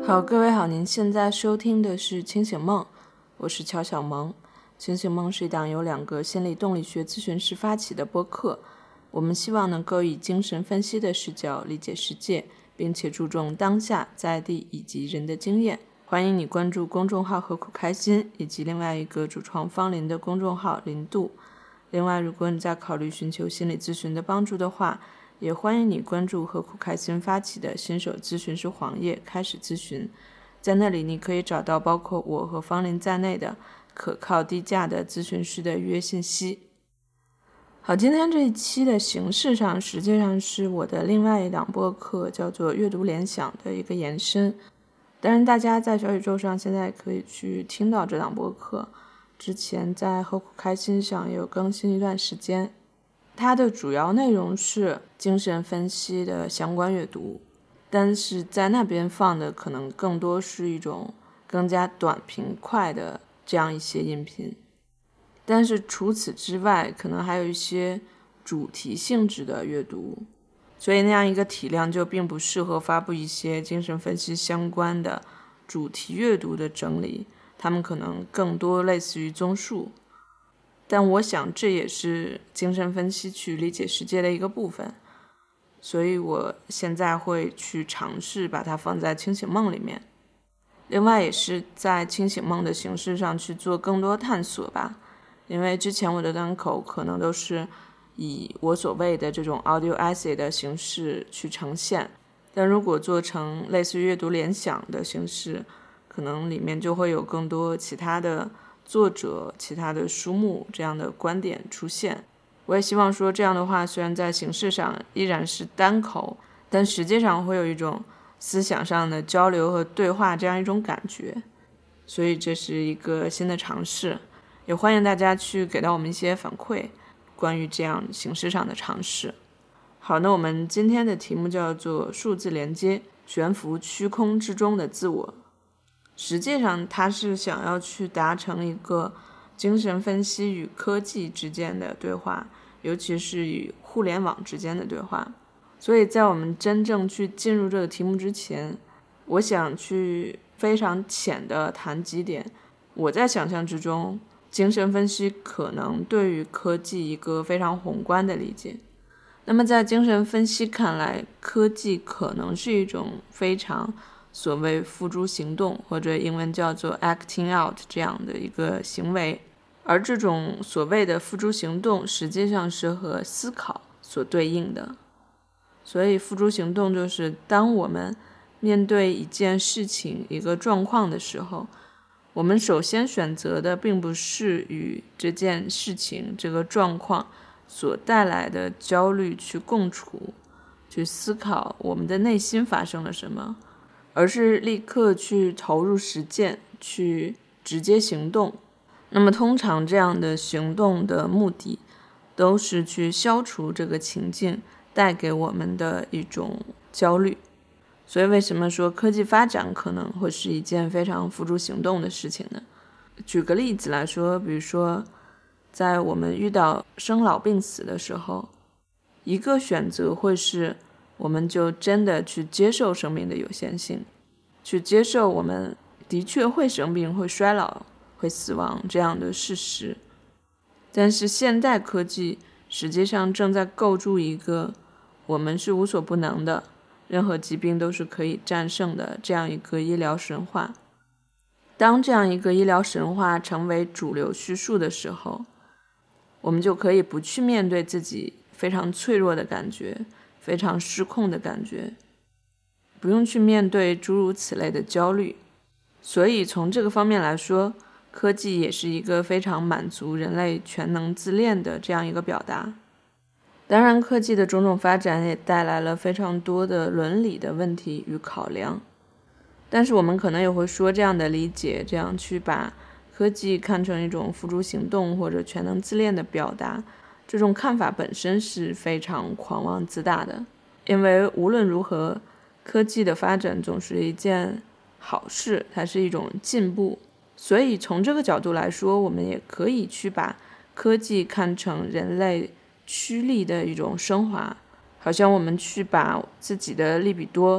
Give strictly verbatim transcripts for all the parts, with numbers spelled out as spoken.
好，各位好，您现在收听的是清醒梦，我是乔小萌。清醒梦是一档由两个心理动力学咨询师发起的播客，我们希望能够以精神分析的视角理解世界，并且注重当下、在地以及人的经验。欢迎你关注公众号何苦开心，以及另外一个主创方林的公众号林度。另外，如果你在考虑寻求心理咨询的帮助的话，也欢迎你关注何苦开心发起的新手咨询师黄页开始咨询，在那里你可以找到包括我和方林在内的可靠低价的咨询师的预约信息。好，今天这一期的形式上实际上是我的另外一档播客叫做阅读联想的一个延伸，当然大家在小宇宙上现在可以去听到这档播客，之前在何苦开心上也有更新一段时间。它的主要内容是精神分析的相关阅读，但是在那边放的可能更多是一种更加短平快的这样一些音频，但是除此之外可能还有一些主题性质的阅读，所以那样一个体量就并不适合发布一些精神分析相关的主题阅读的整理，他们可能更多类似于综述，但我想这也是精神分析去理解世界的一个部分，所以我现在会去尝试把它放在清醒梦里面。另外也是在清醒梦的形式上去做更多探索吧，因为之前我的单口可能都是以我所谓的这种 audio essay 的形式去呈现，但如果做成类似于阅读联想的形式，可能里面就会有更多其他的作者、其他的书目这样的观点出现。我也希望说这样的话，虽然在形式上依然是单口，但实际上会有一种思想上的交流和对话这样一种感觉，所以这是一个新的尝试，也欢迎大家去给到我们一些反馈关于这样形式上的尝试。好，那我们今天的题目叫做数字连接，悬浮虚空之中的自我。实际上它是想要去达成一个精神分析与科技之间的对话，尤其是与互联网之间的对话。所以在我们真正去进入这个题目之前，我想去非常浅的谈几点我在想象之中精神分析可能对于科技一个非常宏观的理解。那么在精神分析看来，科技可能是一种非常所谓付诸行动，或者英文叫做 acting out 这样的一个行为，而这种所谓的付诸行动实际上是和思考所对应的。所以付诸行动就是当我们面对一件事情、一个状况的时候，我们首先选择的并不是与这件事情、这个状况所带来的焦虑去共处，去思考我们的内心发生了什么，而是立刻去投入实践，去直接行动。那么通常这样的行动的目的都是去消除这个情境带给我们的一种焦虑。所以为什么说科技发展可能会是一件非常付诸行动的事情呢？举个例子来说，比如说在我们遇到生老病死的时候，一个选择会是我们就真的去接受生命的有限性，去接受我们的确会生病、会衰老、会死亡这样的事实。但是现代科技实际上正在构筑一个我们是无所不能的，任何疾病都是可以战胜的这样一个医疗神话。当这样一个医疗神话成为主流叙述的时候，我们就可以不去面对自己非常脆弱的感觉，非常失控的感觉，不用去面对诸如此类的焦虑。所以从这个方面来说，科技也是一个非常满足人类全能自恋的这样一个表达。当然科技的种种发展也带来了非常多的伦理的问题与考量，但是我们可能也会说这样的理解，这样去把科技看成一种付诸行动或者全能自恋的表达，这种看法本身是非常狂妄自大的。因为无论如何，科技的发展总是一件好事，它是一种进步。所以从这个角度来说，我们也可以去把科技看成人类趋利的一种升华，好像我们去把自己的利比多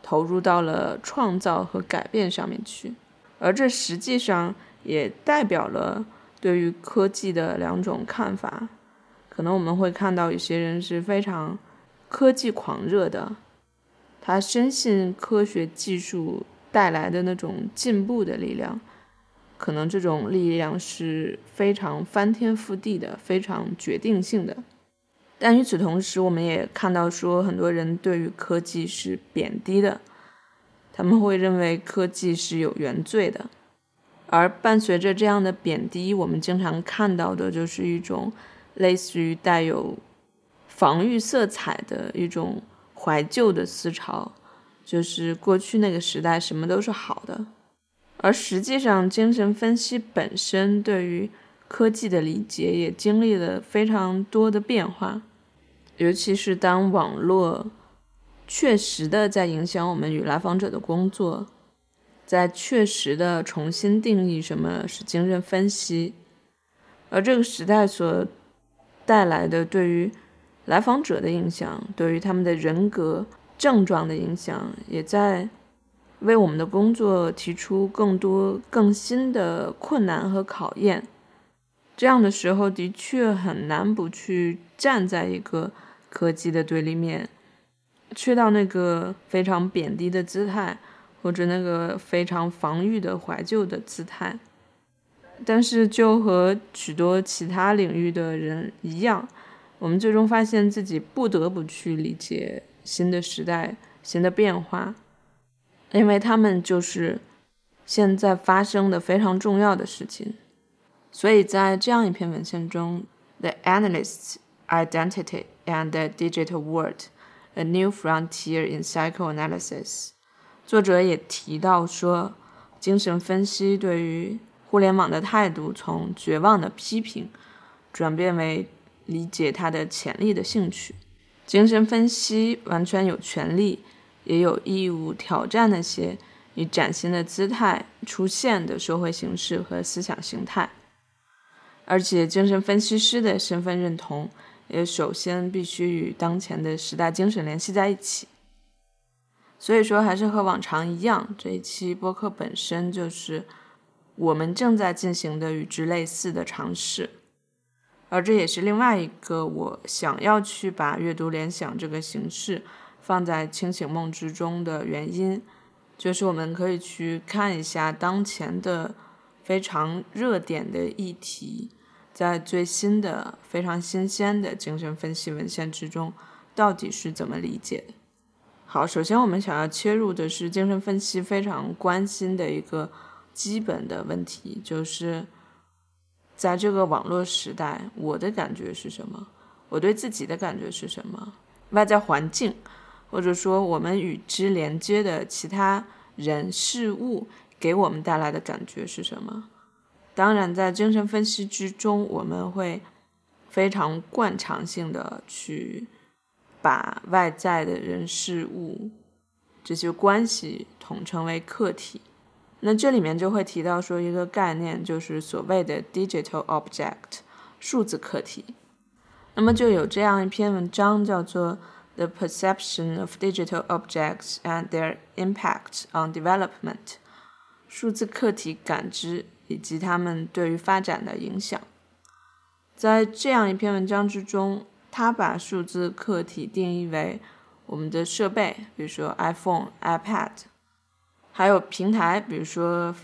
投入到了创造和改变上面去，而这实际上也代表了对于科技的两种看法。可能我们会看到有些人是非常科技狂热的，他深信科学技术带来的那种进步的力量，可能这种力量是非常翻天覆地的，非常决定性的。但与此同时，我们也看到说很多人对于科技是贬低的，他们会认为科技是有原罪的。而伴随着这样的贬低，我们经常看到的就是一种类似于带有防御色彩的一种怀旧的思潮，就是过去那个时代什么都是好的。而实际上精神分析本身对于科技的理解也经历了非常多的变化，尤其是当网络确实的在影响我们与来访者的工作，在确实的重新定义什么是精神分析，而这个时代所带来的对于来访者的影响，对于他们的人格症状的影响，也在为我们的工作提出更多更新的困难和考验。这样的时候的确很难不去站在一个科技的对立面，去到那个非常贬低的姿态，或者那个非常防御的怀旧的姿态。但是就和许多其他领域的人一样，我们最终发现自己不得不去理解新的时代、新的变化，因为他们就是现在发生的非常重要的事情。所以在这样一篇文献中， The Analyst's Identity and the Digital World, A New Frontier in Psychoanalysis， 作者也提到说，精神分析对于互联网的态度从绝望的批评转变为理解它的潜力的兴趣。精神分析完全有权利也有义务挑战那些以崭新的姿态出现的社会形式和思想形态，而且精神分析师的身份认同也首先必须与当前的时代精神联系在一起。所以说还是和往常一样，这一期播客本身就是我们正在进行的与之类似的尝试，而这也是另外一个我想要去把阅读联想这个形式放在清醒梦之中的原因，就是我们可以去看一下当前的非常热点的议题，在最新的非常新鲜的精神分析文献之中到底是怎么理解的。好，首先我们想要切入的是精神分析非常关心的一个基本的问题，就是在这个网络时代，我的感觉是什么？我对自己的感觉是什么？外在环境，或者说我们与之连接的其他人事物给我们带来的感觉是什么？当然在精神分析之中，我们会非常惯常性的去把外在的人事物这些关系统称为客体。那这里面就会提到说一个概念，就是所谓的 digital object， 数字客体。那么就有这样一篇文章叫做 The Perception of Digital Objects and Their Impact on Development， 数字客体感知以及它们对于发展的影响。在这样一篇文章之中，他把数字客体定义为我们的设备，比如说 iPhone、iPad， 还有平台，比如说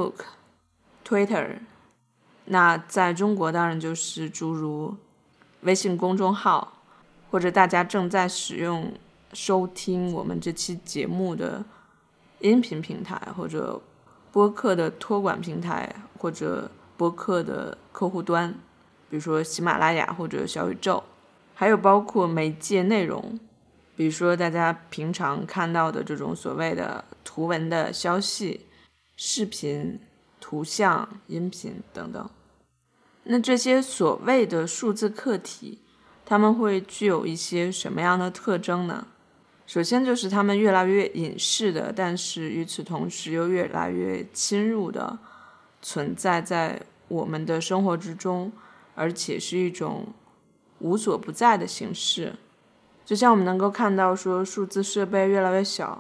Facebook、Twitter。 那在中国当然就是诸如微信公众号，或者大家正在使用收听我们这期节目的音频平台，或者播客的托管平台，或者播客的客户端，比如说喜马拉雅或者小宇宙。还有包括媒介内容，比如说大家平常看到的这种所谓的图文的消息、视频、图像、音频等等。那这些所谓的数字客体，它们会具有一些什么样的特征呢？首先就是它们越来越隐式的，但是与此同时又越来越侵入的存在在我们的生活之中，而且是一种无所不在的形式。就像我们能够看到说数字设备越来越小，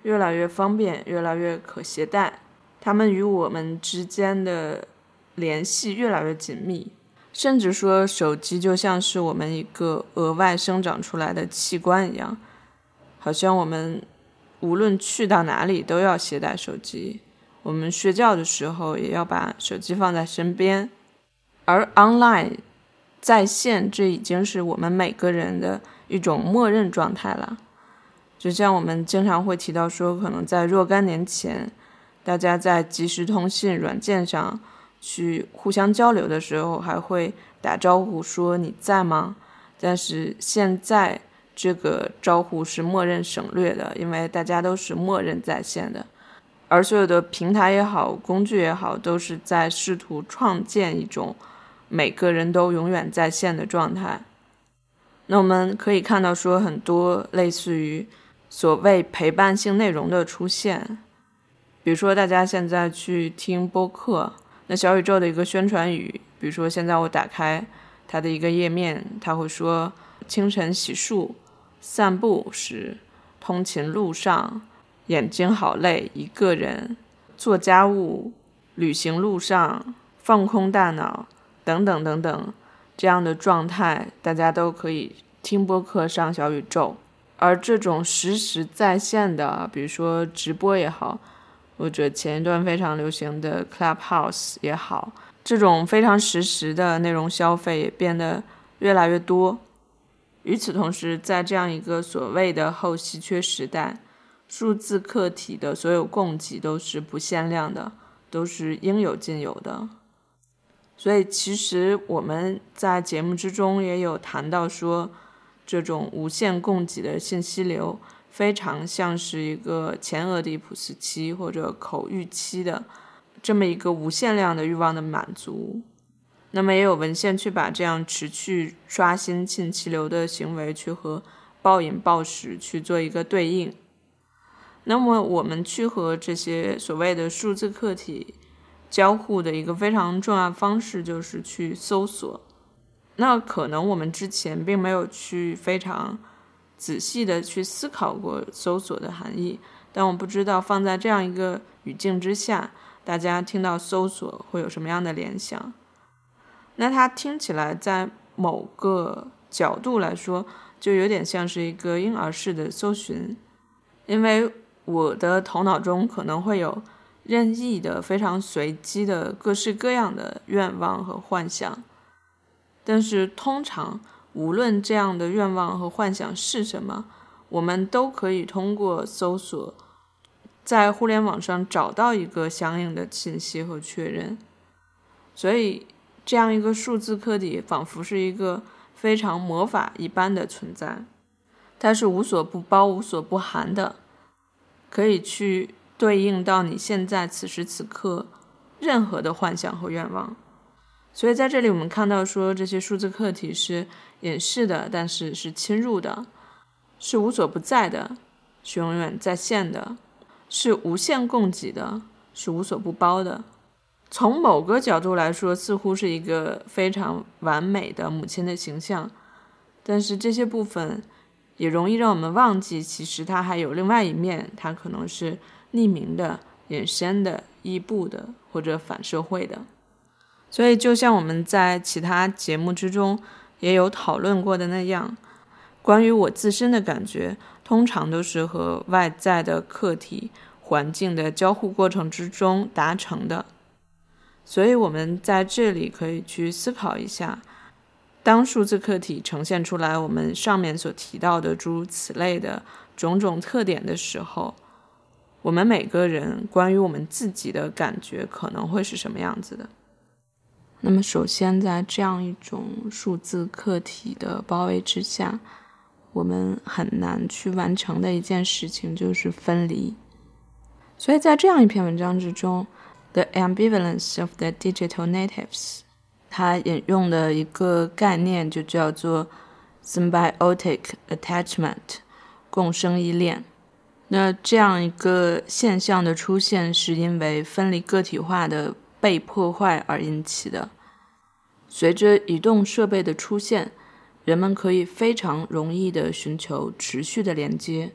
越来越方便，越来越可携带，它们与我们之间的联系越来越紧密，甚至说手机就像是我们一个额外生长出来的器官一样，好像我们无论去到哪里都要携带手机，我们睡觉的时候也要把手机放在身边。而 online 在线，这已经是我们每个人的一种默认状态了。就像我们经常会提到说，可能在若干年前，大家在即时通信软件上去互相交流的时候，还会打招呼说你在吗？但是现在这个招呼是默认省略的，因为大家都是默认在线的。而所有的平台也好，工具也好，都是在试图创建一种每个人都永远在线的状态。那我们可以看到说，很多类似于所谓陪伴性内容的出现，比如说大家现在去听播客，那小宇宙的一个宣传语，比如说现在我打开它的一个页面，它会说清晨洗漱、散步时、通勤路上、眼睛好累、一个人、做家务、旅行路上、放空大脑等等等等，这样的状态大家都可以听播客上小宇宙。而这种实时在线的，比如说直播也好，或者前一段非常流行的 Clubhouse 也好，这种非常实时的内容消费也变得越来越多。与此同时，在这样一个所谓的后稀缺时代，数字客体的所有供给都是不限量的，都是应有尽有的。所以其实我们在节目之中也有谈到说，这种无限供给的信息流非常像是一个前俄狄浦斯期或者口欲期的这么一个无限量的欲望的满足。那么也有文献去把这样持续刷新信息流的行为去和暴饮暴食去做一个对应。那么我们去和这些所谓的数字客体交互的一个非常重要的方式就是去搜索。那可能我们之前并没有去非常仔细的去思考过搜索的含义，但我不知道放在这样一个语境之下，大家听到搜索会有什么样的联想。那它听起来在某个角度来说就有点像是一个婴儿式的搜寻，因为我的头脑中可能会有任意的非常随机的各式各样的愿望和幻想，但是通常无论这样的愿望和幻想是什么，我们都可以通过搜索在互联网上找到一个相应的信息和确认。所以这样一个数字客体仿佛是一个非常魔法一般的存在，它是无所不包无所不含的，可以去对应到你现在此时此刻任何的幻想和愿望。所以在这里我们看到说，这些数字客体是隐式的，但是是侵入的，是无所不在的，是永远在线的，是无限供给的，是无所不包的。从某个角度来说，似乎是一个非常完美的母亲的形象，但是这些部分也容易让我们忘记，其实它还有另外一面，它可能是匿名的、隐身的、异步的或者反社会的。所以就像我们在其他节目之中也有讨论过的那样，关于我自身的感觉通常都是和外在的客体环境的交互过程之中达成的。所以我们在这里可以去思考一下，当数字客体呈现出来我们上面所提到的诸如此类的种种特点的时候，我们每个人关于我们自己的感觉可能会是什么样子的。那么首先在这样一种数字客体的包围之下，我们很难去完成的一件事情就是分离。所以在这样一篇文章之中， The Ambivalence of the Digital Natives， 它引用的一个概念就叫做 Symbiotic Attachment， 共生依恋。那这样一个现象的出现是因为分离个体化的被破坏而引起的。随着移动设备的出现，人们可以非常容易地寻求持续的连接，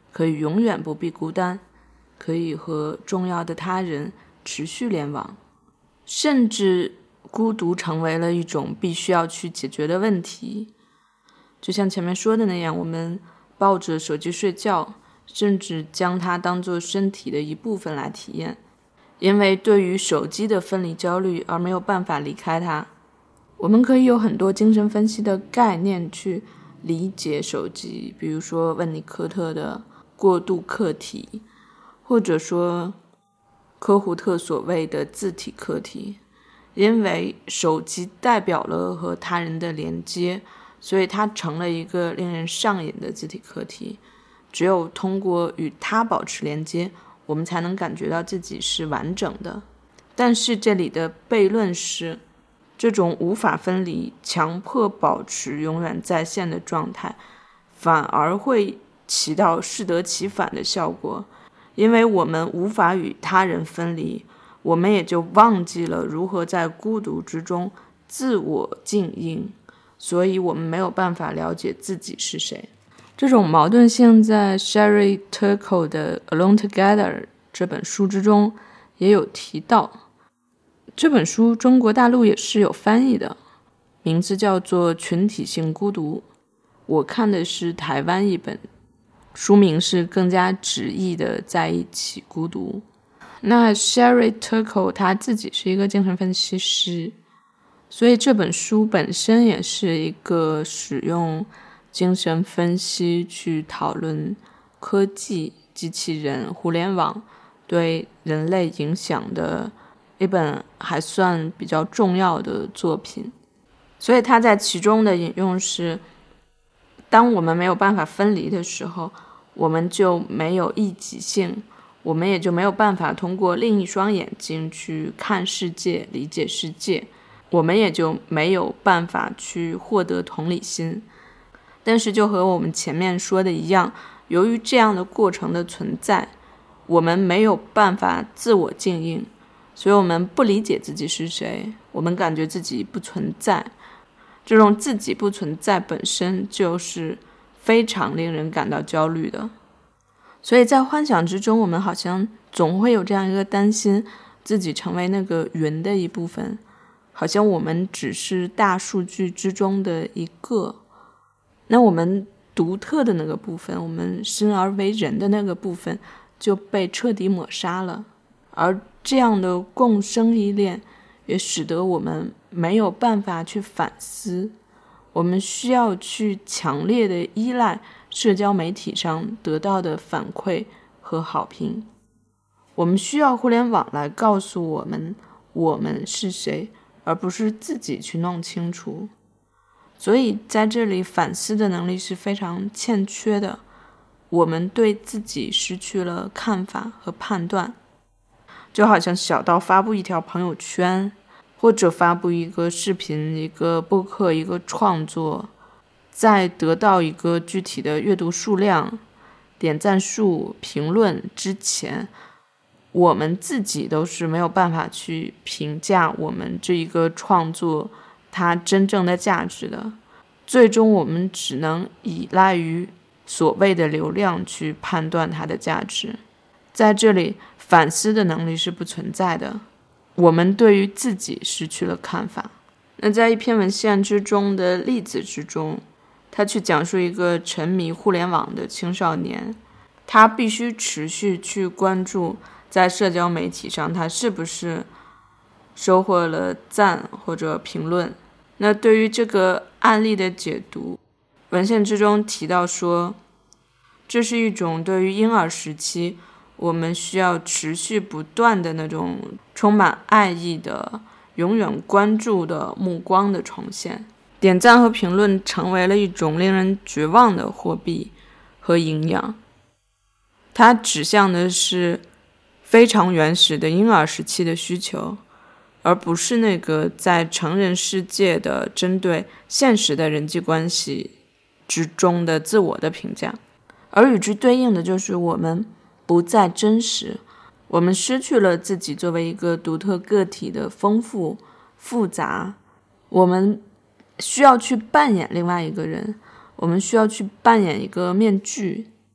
可以永远不必孤单，可以和重要的他人持续联网，甚至孤独成为了一种必须要去解决的问题。就像前面说的那样，我们抱着手机睡觉，甚至将它当作身体的一部分来体验，因为对于手机的分离焦虑而没有办法离开它。我们可以有很多精神分析的概念去理解手机，比如说温尼科特的过渡客体，或者说科胡特所谓的自体客体。因为手机代表了和他人的连接，所以它成了一个令人上瘾的自体客体。只有通过与它保持连接，我们才能感觉到自己是完整的。但是这里的悖论是，这种无法分离、强迫保持永远在线的状态，反而会起到适得其反的效果。因为我们无法与他人分离，我们也就忘记了如何在孤独之中自我静音，所以我们没有办法了解自己是谁。这种矛盾性在 Sherry Turkle 的 Alone Together 这本书之中也有提到。这本书中国大陆也是有翻译的，名字叫做群体性孤独。我看的是台湾译本，书名是更加直译的在一起孤独。那 Sherry Turkle 他自己是一个精神分析师，所以这本书本身也是一个使用精神分析去讨论科技、机器人、互联网对人类影响的一本还算比较重要的作品。所以他在其中的引用是，当我们没有办法分离的时候，我们就没有异己性，我们也就没有办法通过另一双眼睛去看世界、理解世界，我们也就没有办法去获得同理心。但是就和我们前面说的一样，由于这样的过程的存在，我们没有办法自我静音，所以我们不理解自己是谁，我们感觉自己不存在。这种自己不存在本身就是非常令人感到焦虑的。所以在幻想之中，我们好像总会有这样一个担心，自己成为那个云的一部分，好像我们只是大数据之中的一个，那我们独特的那个部分，我们生而为人的那个部分就被彻底抹杀了。而这样的共生依恋也使得我们没有办法去反思，我们需要去强烈的依赖社交媒体上得到的反馈和好评，我们需要互联网来告诉我们我们是谁，而不是自己去弄清楚。所以在这里反思的能力是非常欠缺的，我们对自己失去了看法和判断。就好像小到发布一条朋友圈，或者发布一个视频、一个播客、一个创作，在得到一个具体的阅读数量、点赞数、评论之前，我们自己都是没有办法去评价我们这一个创作它真正的价值的。最终我们只能依赖于所谓的流量去判断它的价值。在这里反思的能力是不存在的，我们对于自己失去了看法。那在一篇文献之中的例子之中，他去讲述一个沉迷互联网的青少年，他必须持续去关注在社交媒体上他是不是收获了赞或者评论。那对于这个案例的解读，文献之中提到说，这是一种对于婴儿时期我们需要持续不断的那种充满爱意的永远关注的目光的重现。点赞和评论成为了一种令人绝望的货币和营养，它指向的是非常原始的婴儿时期的需求，而不是那个在成人世界的针对现实的人际关系之中的自我的评价。而与之对应的就是我们不再真实，我们失去了自己作为一个独特个体的丰富复杂，我们需要去扮演另外一个人，我们需要去扮演一个面具，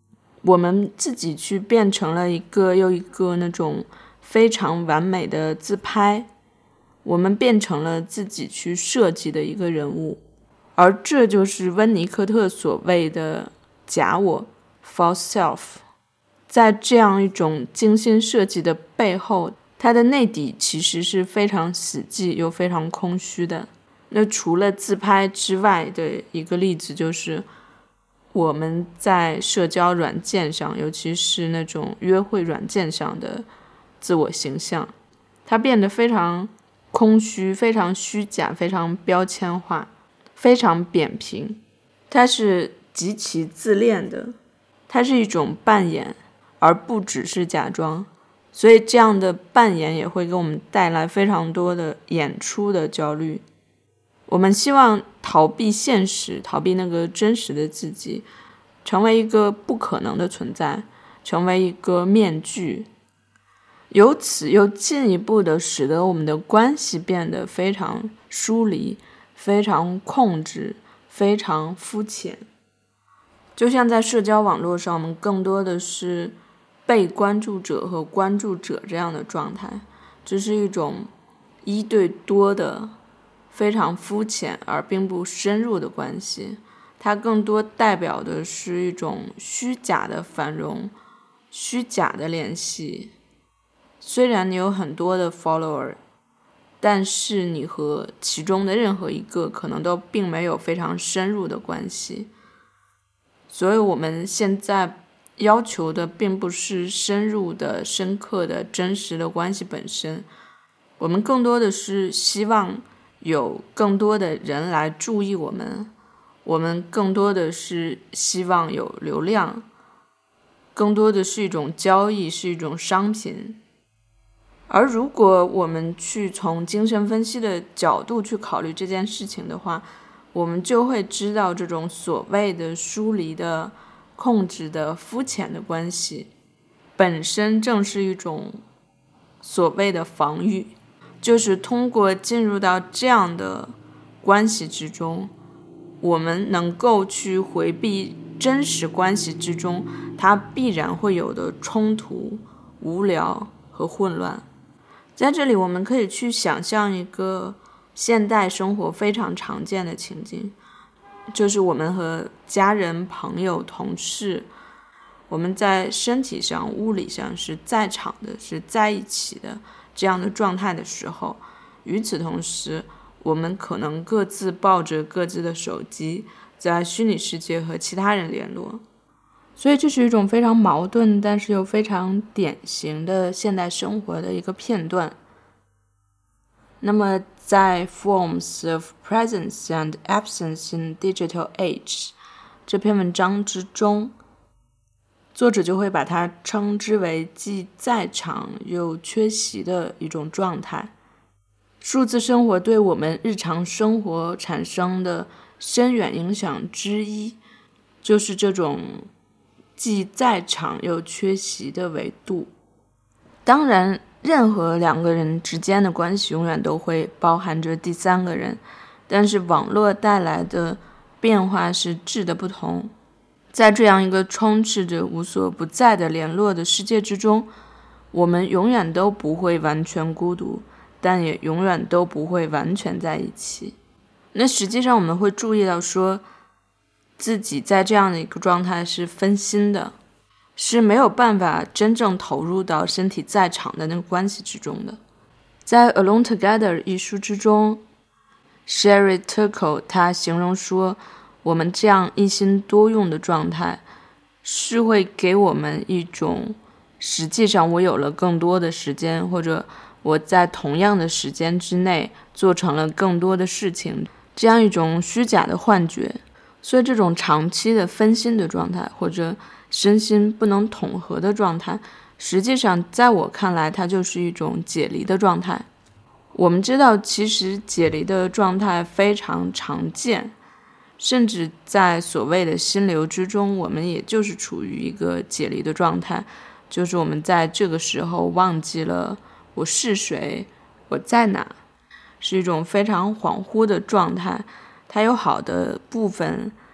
我们自己去变成了一个又一个那种非常完美的自拍，我们变成了自己去设计的一个人物，而这就是温尼科特所谓的假我 false self。 在这样一种精心设计的背后，它的内底其实是非常死寂又非常空虚的。那除了自拍之外的一个例子，就是我们在社交软件上，尤其是那种约会软件上的自我形象，它变得非常空虚，非常虚假，非常标签化，非常扁平。它是极其自恋的，它是一种扮演，而不只是假装。所以这样的扮演也会给我们带来非常多的演出的焦虑。我们希望逃避现实，逃避那个真实的自己，成为一个不可能的存在，成为一个面具，由此又进一步的使得我们的关系变得非常疏离，非常控制，非常肤浅。就像在社交网络上，我们更多的是被关注者和关注者这样的状态，这是一种一对多的非常肤浅而并不深入的关系，它更多代表的是一种虚假的繁荣，虚假的联系。虽然你有很多的 follower， 但是你和其中的任何一个可能都并没有非常深入的关系。所以我们现在要求的并不是深入的、深刻的、真实的关系本身，我们更多的是希望有更多的人来注意我们，我们更多的是希望有流量，更多的是一种交易，是一种商品。而如果我们去从精神分析的角度去考虑这件事情的话，我们就会知道这种所谓的疏离的、控制的、肤浅的关系本身正是一种所谓的防御，就是通过进入到这样的关系之中，我们能够去回避真实关系之中它必然会有的冲突、无聊和混乱。在这里我们可以去想象一个现代生活非常常见的情景，就是我们和家人、朋友、同事，我们在身体上、物理上是在场的，是在一起的这样的状态的时候，与此同时我们可能各自抱着各自的手机，在虚拟世界和其他人联络。所以这是一种非常矛盾但是又非常典型的现代生活的一个片段。那么在 Forms of Presence and Absence in Digital Age 这篇文章之中，作者就会把它称之为既在场又缺席的一种状态。数字生活对我们日常生活产生的深远影响之一，就是这种既在场又缺席的维度。当然，任何两个人之间的关系永远都会包含着第三个人，但是网络带来的变化是质的不同。在这样一个充斥着无所不在的联络的世界之中，我们永远都不会完全孤独，但也永远都不会完全在一起。那实际上我们会注意到说，自己在这样的一个状态是分心的，是没有办法真正投入到身体在场的那个关系之中的。在 Alone Together 一书之中， Sherry Turkle 他形容说，我们这样一心多用的状态是会给我们一种实际上我有了更多的时间，或者我在同样的时间之内做成了更多的事情，这样一种虚假的幻觉。所以这种长期的分心的状态，或者身心不能统合的状态，实际上在我看来它就是一种解离的状态。我们知道其实解离的状态非常常见，甚至在所谓的心流之中，我们也就是处于一个解离的状态，就是我们在这个时候忘记了我是谁，我在哪，是一种非常恍惚的状态。它有好的部分，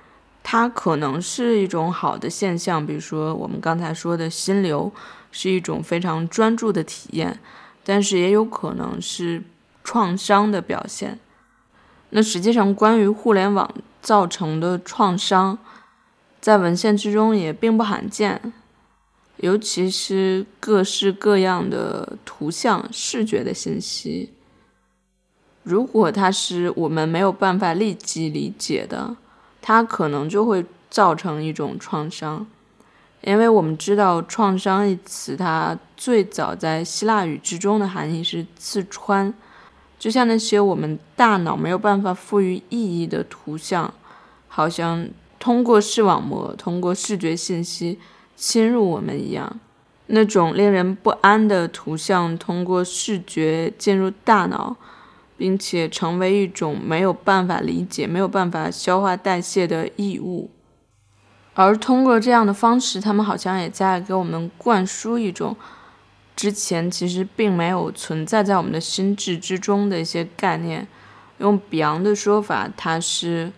它可能是一种好的现象，比如说我们刚才说的心流是一种非常专注的体验，但是也有可能是创伤的表现。那实际上关于互联网造成的创伤，在文献之中也并不罕见，尤其是各式各样的图像视觉的信息，如果它是我们没有办法立即理解的，它可能就会造成一种创伤。因为我们知道创伤一词它最早在希腊语之中的含义是刺穿，就像那些我们大脑没有办法赋予意义的图像，好像通过视网膜通过视觉信息侵入我们一样。那种令人不安的图像通过视觉进入大脑，并且成为一种没有办法理解没有办法消化代谢的异物，而通过这样的方式，他们好像也在给我们灌输一种之前其实并没有存在在我们的心智之中的一些概念。用比昂的说法，它是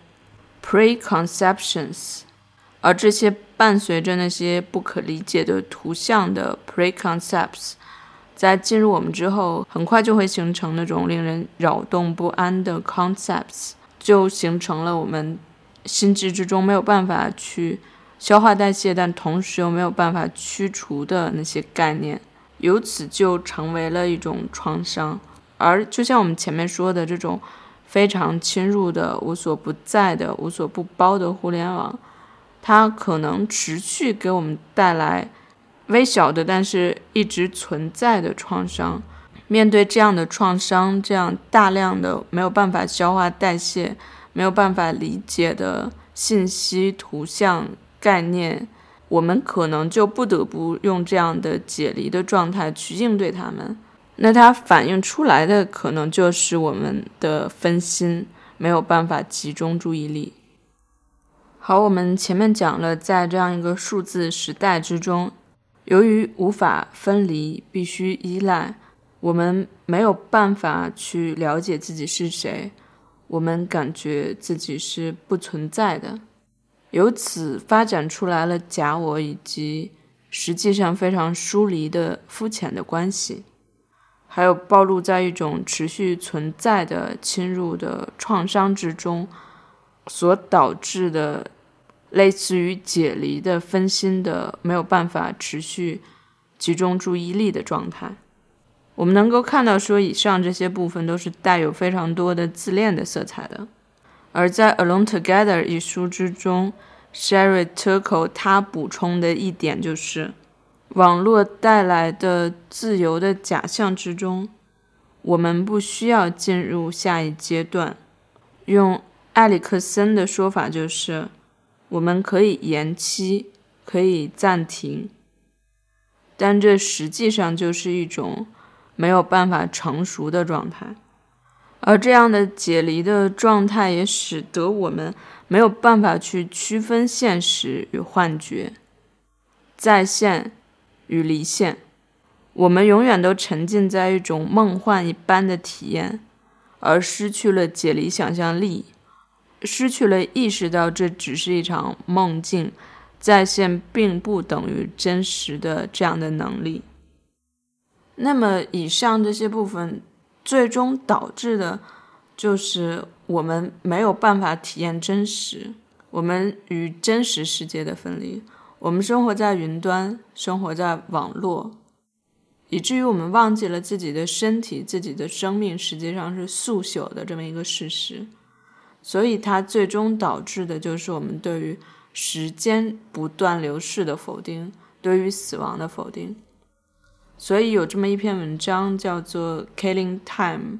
preconceptions， 而这些伴随着那些不可理解的图像的 preconcepts， 在进入我们之后，很快就会形成那种令人扰动不安的 concepts， 就形成了我们心智之中没有办法去消化代谢，但同时又没有办法驱除的那些概念，由此就成为了一种创伤。而就像我们前面说的，这种非常侵入的无所不在的无所不包的互联网，它可能持续给我们带来微小的但是一直存在的创伤。面对这样的创伤，这样大量的没有办法消化代谢没有办法理解的信息图像概念，我们可能就不得不用这样的解离的状态去应对它们。那它反映出来的可能就是我们的分心，没有办法集中注意力。好，我们前面讲了，在这样一个数字时代之中，由于无法分离，必须依赖，我们没有办法去了解自己是谁，我们感觉自己是不存在的，由此发展出来了假我以及实际上非常疏离的肤浅的关系，还有暴露在一种持续存在的侵入的创伤之中所导致的类似于解离的分心的没有办法持续集中注意力的状态。我们能够看到说以上这些部分都是带有非常多的自恋的色彩的。而在 Alone Together 一书之中， Sherry Turkle 他补充的一点就是，网络带来的自由的假象之中，我们不需要进入下一阶段。用埃里克森的说法就是，我们可以延期，可以暂停，但这实际上就是一种没有办法成熟的状态。而这样的解离的状态也使得我们没有办法去区分现实与幻觉，在线与离线，我们永远都沉浸在一种梦幻一般的体验，而失去了解离想象力，失去了意识到这只是一场梦境，在线并不等于真实的这样的能力。那么以上这些部分最终导致的就是我们没有办法体验真实，我们与真实世界的分离，我们生活在云端，生活在网络，以至于我们忘记了自己的身体，自己的生命实际上是速朽的这么一个事实。所以它最终导致的就是我们对于时间不断流逝的否定，对于死亡的否定。所以有这么一篇文章叫做 Killing Time,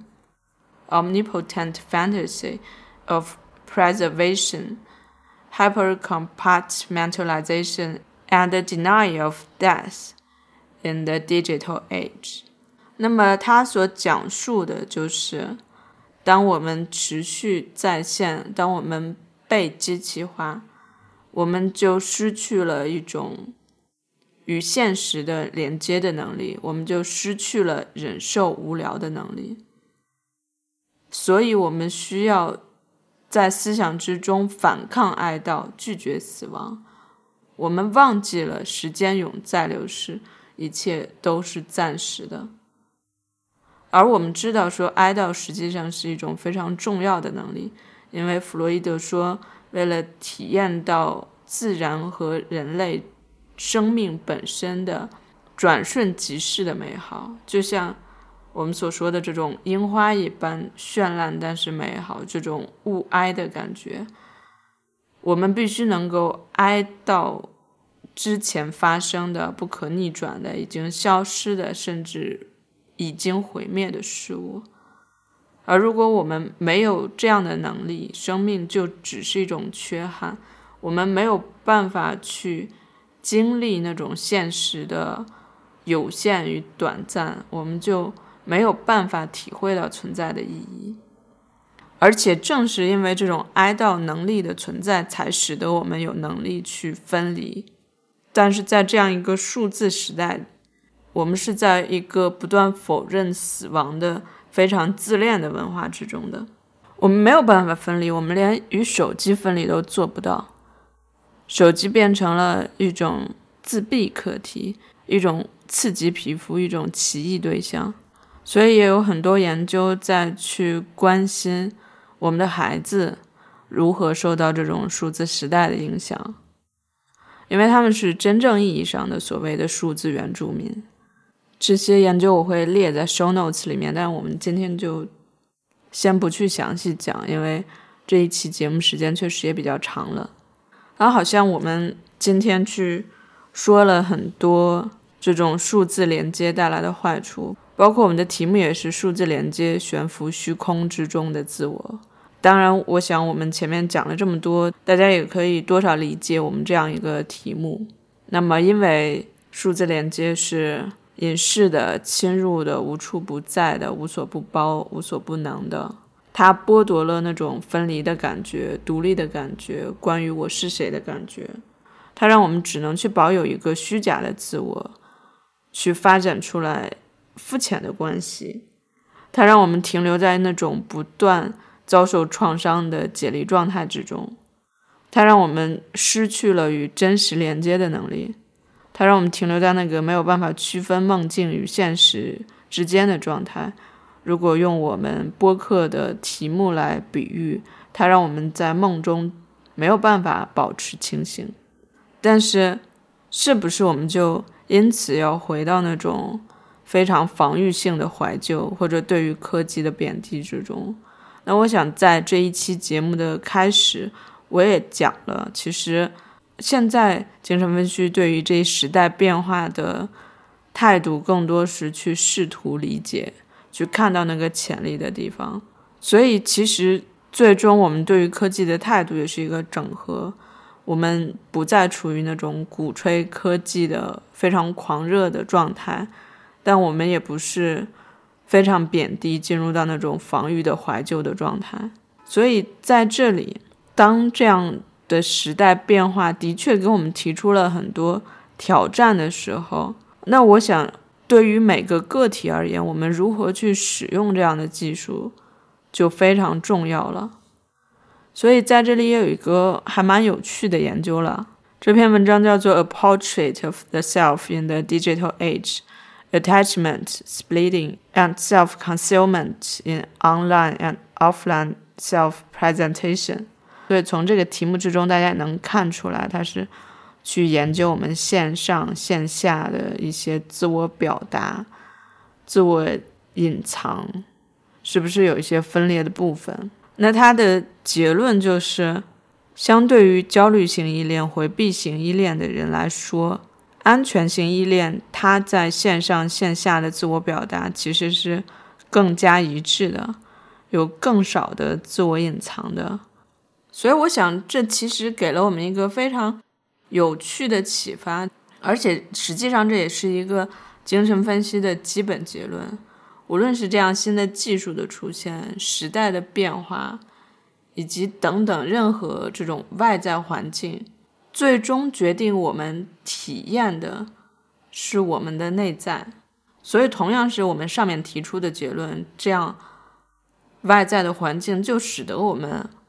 Omnipotent Fantasy of Preservation, Hypercompartmentalization and the Denial of Death in the Digital Age。 那么他所讲述的就是当我们持续在线，当我们被机器化，我们就失去了一种与现实的连接的能力，我们就失去了忍受无聊的能力。所以我们需要在思想之中反抗哀悼，拒绝死亡。我们忘记了时间永在流逝，一切都是暂时的。而我们知道说哀悼实际上是一种非常重要的能力，因为弗洛伊德说，为了体验到自然和人类生命本身的转瞬即逝的美好，就像我们所说的这种樱花一般绚烂但是美好，这种物哀的感觉，我们必须能够哀悼之前发生的不可逆转的已经消失的甚至已经毁灭的事物。而如果我们没有这样的能力，生命就只是一种缺憾，我们没有办法去经历那种现实的有限与短暂，我们就没有办法体会到存在的意义。而且正是因为这种哀悼能力的存在，才使得我们有能力去分离。但是在这样一个数字时代，我们是在一个不断否认死亡的非常自恋的文化之中的，我们没有办法分离，我们连与手机分离都做不到。手机变成了一种自闭课题，一种刺激皮肤，一种奇异对象。所以也有很多研究在去关心我们的孩子如何受到这种数字时代的影响，因为他们是真正意义上的所谓的数字原住民。这些研究我会列在 show notes 里面，但我们今天就先不去详细讲，因为这一期节目时间确实也比较长了。然后好像我们今天去说了很多这种数字连接带来的坏处，包括我们的题目也是数字连接悬浮虚空之中的自我。当然我想我们前面讲了这么多，大家也可以多少理解我们这样一个题目。那么因为数字连接是隐式的、侵入的、无处不在的、无所不包、无所不能的，它剥夺了那种分离的感觉、独立的感觉、关于我是谁的感觉。它让我们只能去保有一个虚假的自我，去发展出来肤浅的关系。它让我们停留在那种不断遭受创伤的解离状态之中。它让我们失去了与真实连接的能力。它让我们停留在那个没有办法区分梦境与现实之间的状态。如果用我们播客的题目来比喻，它让我们在梦中没有办法保持清醒。但是是不是我们就因此要回到那种非常防御性的怀旧，或者对于科技的贬低之中？那我想在这一期节目的开始我也讲了，其实现在精神分析对于这一时代变化的态度更多是去试图理解，去看到那个潜力的地方。所以其实最终我们对于科技的态度也是一个整合，我们不再处于那种鼓吹科技的非常狂热的状态，但我们也不是非常贬低进入到那种防御的怀旧的状态。所以在这里，当这样的时代变化的确给我们提出了很多挑战的时候，那我想对于每个个体而言，我们如何去使用这样的技术就非常重要了。所以在这里也有一个还蛮有趣的研究了，这篇文章叫做 A Portrait of the Self in the Digital Age, Attachment, Splitting, and Self-Concealment in Online and Offline Self-Presentation。 所以从这个题目之中大家能看出来，它是去研究我们线上线下的一些自我表达、自我隐藏是不是有一些分裂的部分。那它的结论就是，相对于焦虑型依恋、回避型依恋的人来说，安全型依恋它在线上线下的自我表达其实是更加一致的，有更少的自我隐藏的。所以我想这其实给了我们一个非常有趣的启发，而且实际上这也是一个精神分析的基本结论。无论是这样新的技术的出现、时代的变化，以及等等任何这种外在环境，最终决定我们体验的是我们的内在。所以同样是我们上面提出的结论，这样外在的环境就使得我们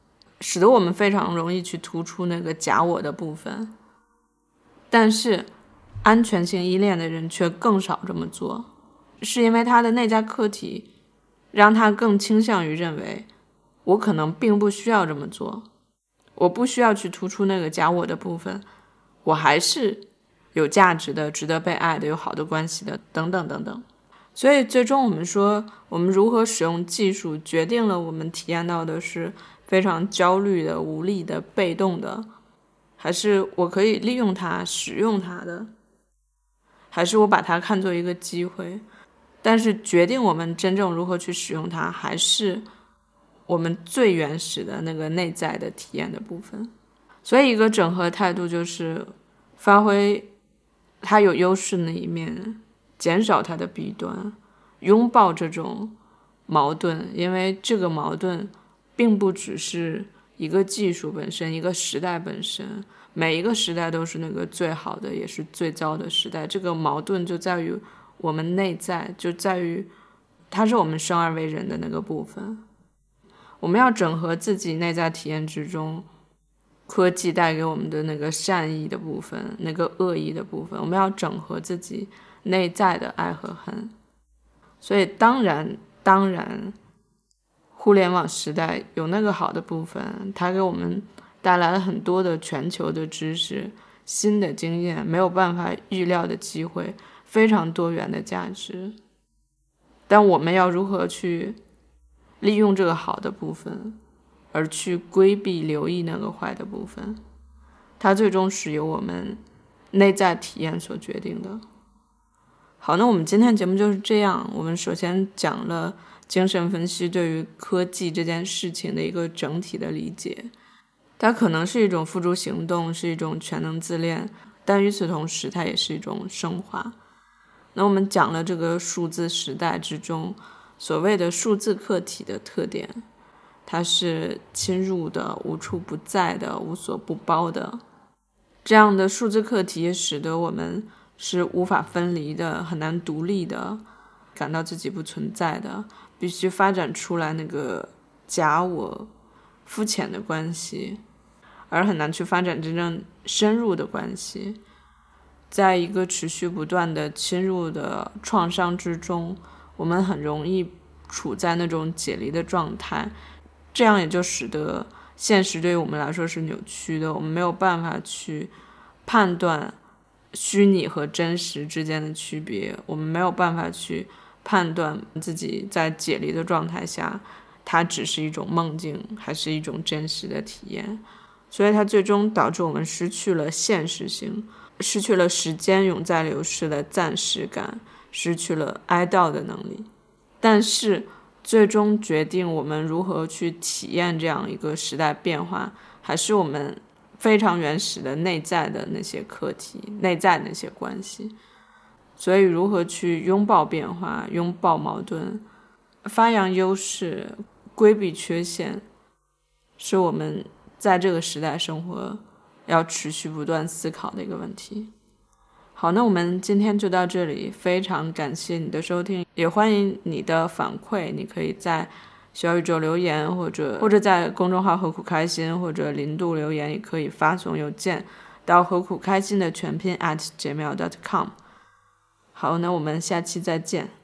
使得我们非常容易去突出那个假我的部分。但是安全性依恋的人却更少这么做，是因为他的内在课题让他更倾向于认为，我可能并不需要这么做，我不需要去突出那个假我的部分，我还是有价值的，值得被爱的，有好的关系的，等等等等。所以最终我们说，我们如何使用技术决定了我们体验到的是非常焦虑的、无力的、被动的，还是我可以利用它、使用它的，还是我把它看作一个机会。但是决定我们真正如何去使用它，还是我们最原始的那个内在的体验的部分。所以一个整合态度就是发挥它有优势的一面，减少它的弊端，拥抱这种矛盾，因为这个矛盾并不只是一个技术本身，一个时代本身，每一个时代都是那个最好的也是最糟的时代。这个矛盾就在于我们内在，就在于它是我们生而为人的那个部分。我们要整合自己内在体验之中科技带给我们的那个善意的部分，那个恶意的部分，我们要整合自己内在的爱和恨。所以当然当然互联网时代有那个好的部分，它给我们带来了很多的全球的知识、新的经验、没有办法预料的机会、非常多元的价值。但我们要如何去利用这个好的部分，而去规避留意那个坏的部分，它最终是由我们内在体验所决定的。好，那我们今天节目就是这样。我们首先讲了精神分析对于科技这件事情的一个整体的理解，它可能是一种付诸行动，是一种全能自恋，但与此同时它也是一种升华。那我们讲了这个数字时代之中所谓的数字客体的特点，它是侵入的、无处不在的、无所不包的。这样的数字课题也使得我们是无法分离的，很难独立的，感到自己不存在的，必须发展出来那个假我肤浅的关系，而很难去发展真正深入的关系。在一个持续不断的侵入的创伤之中，我们很容易处在那种解离的状态，这样也就使得现实对于我们来说是扭曲的，我们没有办法去判断虚拟和真实之间的区别，我们没有办法去判断自己在解离的状态下，它只是一种梦境还是一种真实的体验。所以它最终导致我们失去了现实性，失去了时间永在流逝的暂时感，失去了哀悼的能力。但是最终决定我们如何去体验这样一个时代变化，还是我们非常原始的内在的那些课题，内在的那些关系。所以如何去拥抱变化，拥抱矛盾，发扬优势，规避缺陷，是我们在这个时代生活要持续不断思考的一个问题。好，那我们今天就到这里，非常感谢你的收听，也欢迎你的反馈，你可以在小宇宙留言，或者或者在公众号何苦开心或者零度留言，也可以发送邮件到何苦开心的全拼 at gmail dot com。 好，那我们下期再见。